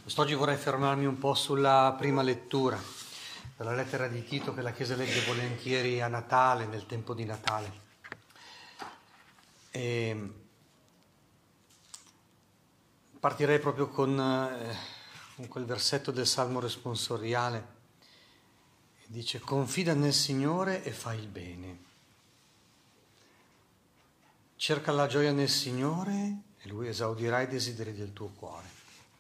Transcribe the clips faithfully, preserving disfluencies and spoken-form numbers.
Quest'oggi vorrei fermarmi un po' sulla prima lettura della lettera di Tito che la Chiesa legge volentieri a Natale, nel tempo di Natale. E partirei proprio con, eh, con quel versetto del Salmo responsoriale che dice: confida nel Signore e fai il bene. Cerca la gioia nel Signore e Lui esaudirà i desideri del tuo cuore.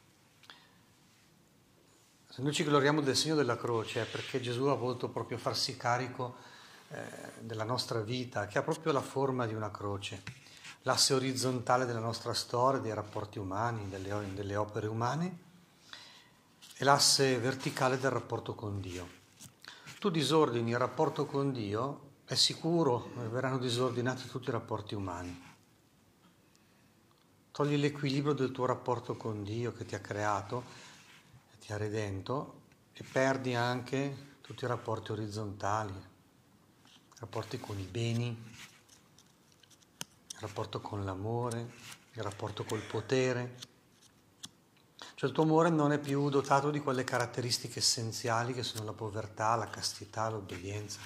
Se noi ci gloriamo del segno della croce è perché Gesù ha voluto proprio farsi carico eh, della nostra vita, che ha proprio la forma di una croce, l'asse orizzontale della nostra storia, dei rapporti umani, delle, delle opere umane, e l'asse verticale del rapporto con Dio. Tu disordini il rapporto con Dio, è sicuro che verranno disordinati tutti i rapporti umani. Togli l'equilibrio del tuo rapporto con Dio che ti ha creato, ti ha redento, e perdi anche tutti i rapporti orizzontali, i rapporti con i beni, il rapporto con l'amore, il rapporto col potere. Cioè il tuo amore non è più dotato di quelle caratteristiche essenziali che sono la povertà, la castità, l'obbedienza.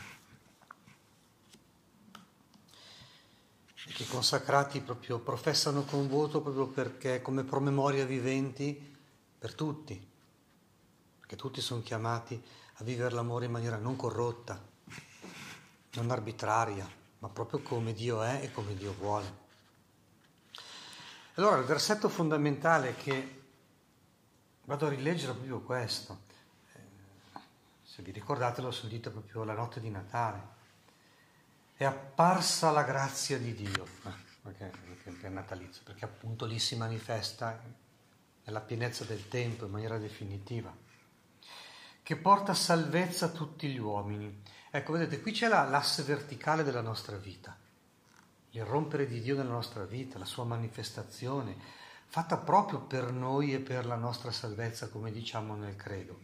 E che i consacrati proprio professano con voto proprio perché come promemoria viventi per tutti. Che tutti sono chiamati a vivere l'amore in maniera non corrotta, non arbitraria, ma proprio come Dio è e come Dio vuole. Allora il versetto fondamentale che vado a rileggere è proprio questo. Eh, se vi ricordate l'ho sentito proprio la notte di Natale. È apparsa la grazia di Dio, eh, perché è natalizio, perché appunto lì si manifesta nella pienezza del tempo in maniera definitiva, che porta salvezza a tutti gli uomini. Ecco, vedete, qui c'è la, l'asse verticale della nostra vita, il rompere di Dio nella nostra vita, la sua manifestazione, fatta proprio per noi e per la nostra salvezza, come diciamo nel credo.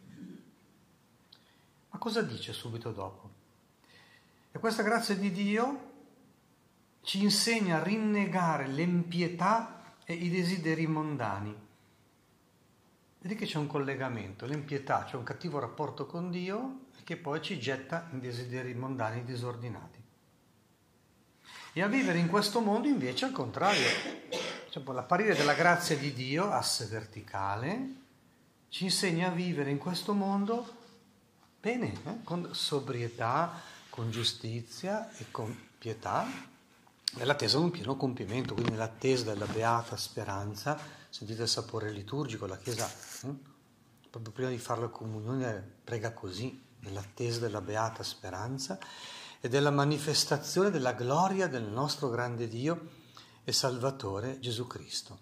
Ma cosa dice subito dopo? E questa grazia di Dio ci insegna a rinnegare l'empietà e i desideri mondani. Vedi che c'è un collegamento, l'impietà, c'è un cattivo rapporto con Dio che poi ci getta in desideri mondani disordinati. E a vivere in questo mondo invece al contrario, cioè, l'apparire della grazia di Dio, asse verticale, ci insegna a vivere in questo mondo bene, eh? Con sobrietà, con giustizia e con pietà, nell'attesa di un pieno compimento, quindi nell'attesa della beata speranza. Sentite il sapore liturgico, la Chiesa eh, proprio prima di fare la comunione prega così, nell'attesa della beata speranza e della manifestazione della gloria del nostro grande Dio e Salvatore Gesù Cristo.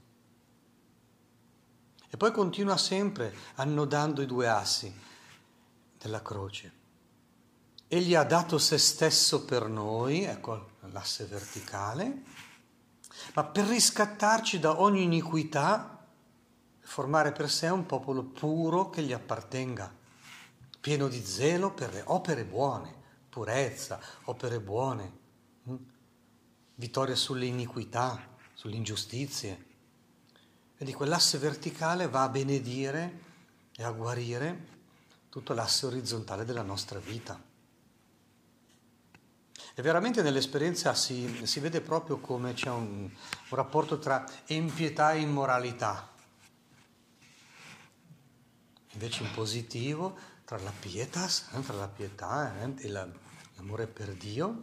E poi continua sempre annodando i due assi della croce. Egli ha dato se stesso per noi, ecco l'asse verticale, ma per riscattarci da ogni iniquità e formare per sé un popolo puro che gli appartenga, pieno di zelo per le opere buone, purezza, opere buone, hm? vittoria sulle iniquità, sulle ingiustizie. Vedi, quell'asse verticale va a benedire e a guarire tutto l'asse orizzontale della nostra vita. E veramente nell'esperienza si, si vede proprio come c'è un, un rapporto tra impietà e immoralità. Invece in positivo, tra la pietas, eh, tra la pietà eh, e la, l'amore per Dio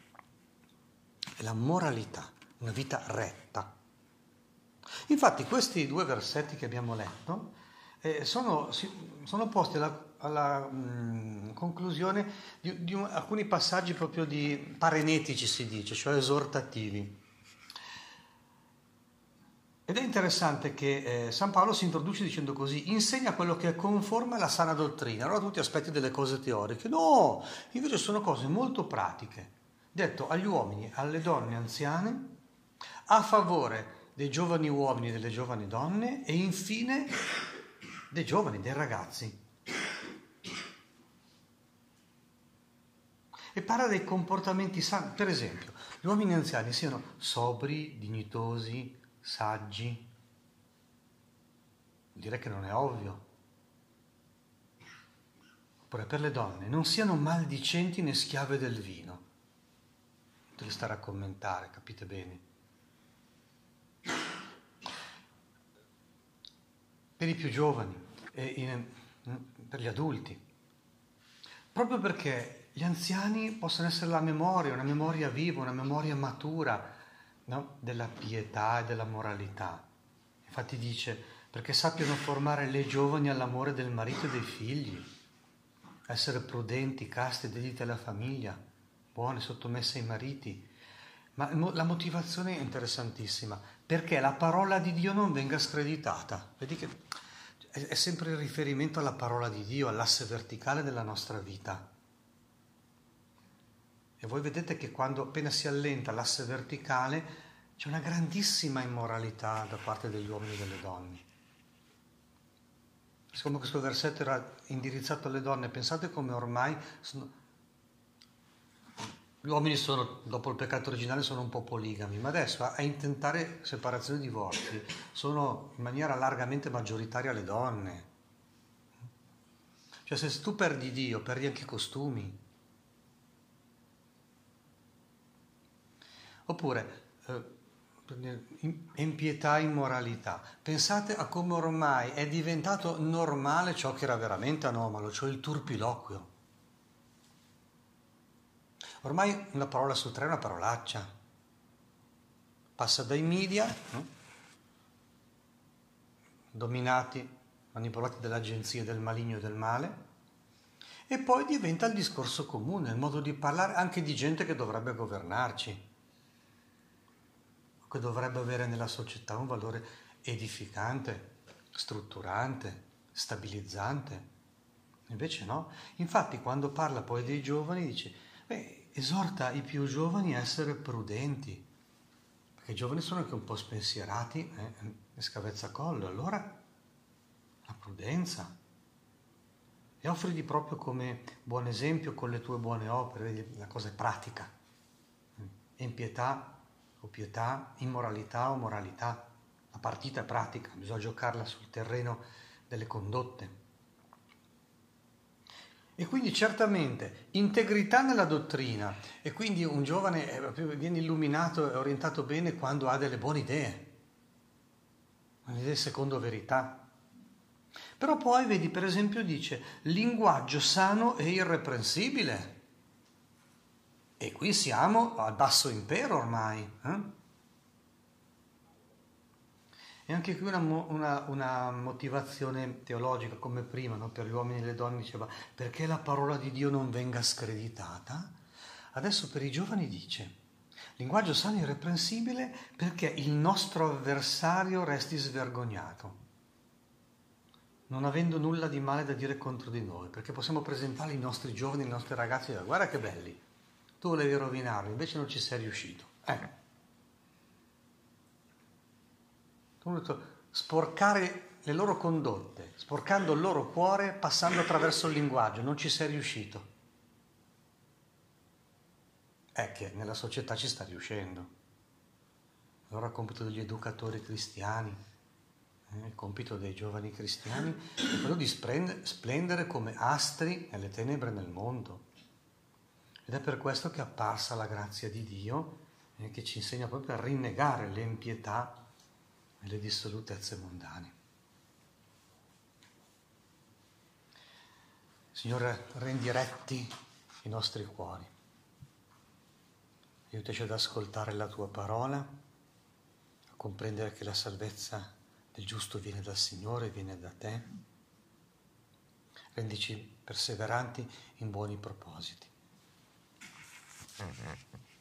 e la moralità, una vita retta. Infatti questi due versetti che abbiamo letto eh, sono, sono posti alla alla mh, conclusione di, di un, alcuni passaggi proprio di parenetici, si dice, cioè esortativi. Ed è interessante che eh, San Paolo si introduce dicendo così: insegna quello che è conforme alla sana dottrina. Allora tutti aspetti delle cose teoriche. No, invece sono cose molto pratiche, detto agli uomini, alle donne anziane, a favore dei giovani uomini e delle giovani donne e infine dei giovani, dei ragazzi. E parla dei comportamenti sani. Per esempio, gli uomini anziani siano sobri, dignitosi, saggi, dire che non è ovvio. Oppure per le donne, non siano maldicenti né schiave del vino. Non te le stare a commentare, capite bene. Per i più giovani, e in, per gli adulti. Proprio perché gli anziani possono essere la memoria, una memoria viva, una memoria matura, no? Della pietà e della moralità. Infatti dice, perché sappiano formare le giovani all'amore del marito e dei figli, essere prudenti, casti, dediti alla famiglia, buone, sottomesse ai mariti. Ma la motivazione è interessantissima, perché la parola di Dio non venga screditata. Vedi che è sempre il riferimento alla parola di Dio, all'asse verticale della nostra vita. E voi vedete che quando appena si allenta l'asse verticale c'è una grandissima immoralità da parte degli uomini e delle donne. Siccome questo versetto era indirizzato alle donne, pensate come ormai sono... gli uomini sono, dopo il peccato originale, sono un po' poligami, ma adesso a intentare separazione e divorzi sono in maniera largamente maggioritaria le donne. Cioè se tu perdi Dio, perdi anche i costumi. Oppure eh, impietà, immoralità. Pensate a come ormai è diventato normale ciò che era veramente anomalo, cioè il turpiloquio. Ormai una parola su tre è una parolaccia. Passa dai media, no? Dominati, manipolati dalle agenzie del maligno e del male, e poi diventa il discorso comune, il modo di parlare anche di gente che dovrebbe governarci, che dovrebbe avere nella società un valore edificante, strutturante, stabilizzante. Invece no. Infatti quando parla poi dei giovani dice, beh, esorta i più giovani a essere prudenti, perché i giovani sono anche un po' spensierati, eh, e scavezzacollo, allora la prudenza. E offrigli proprio come buon esempio con le tue buone opere, vedi, la cosa è pratica. Impietà o pietà, immoralità o moralità. La partita è pratica, bisogna giocarla sul terreno delle condotte. E quindi certamente integrità nella dottrina, e quindi un giovane viene illuminato e orientato bene quando ha delle buone idee, buone idee secondo verità. Però poi, vedi, per esempio dice linguaggio sano e irreprensibile. E qui siamo al basso impero ormai. Eh? E anche qui una, una, una motivazione teologica, come prima, no? Per gli uomini e le donne diceva, perché la parola di Dio non venga screditata? Adesso per i giovani dice, linguaggio sano e irreprensibile perché il nostro avversario resti svergognato, non avendo nulla di male da dire contro di noi, perché possiamo presentare i nostri giovani, i nostri ragazzi, da guarda che belli, tu volevi rovinarli, invece non ci sei riuscito. Eh. Tu hai voluto sporcare le loro condotte, sporcando il loro cuore, passando attraverso il linguaggio, non ci sei riuscito. È che nella società ci sta riuscendo. Allora il compito degli educatori cristiani, il compito dei giovani cristiani è quello di splendere come astri nelle tenebre nel mondo. Ed è per questo che è apparsa la grazia di Dio, eh, che ci insegna proprio a rinnegare le impietà e le dissolutezze mondane. Signore, rendi retti i nostri cuori. Aiutaci ad ascoltare la Tua parola, a comprendere che la salvezza del giusto viene dal Signore, viene da Te. Rendici perseveranti in buoni propositi.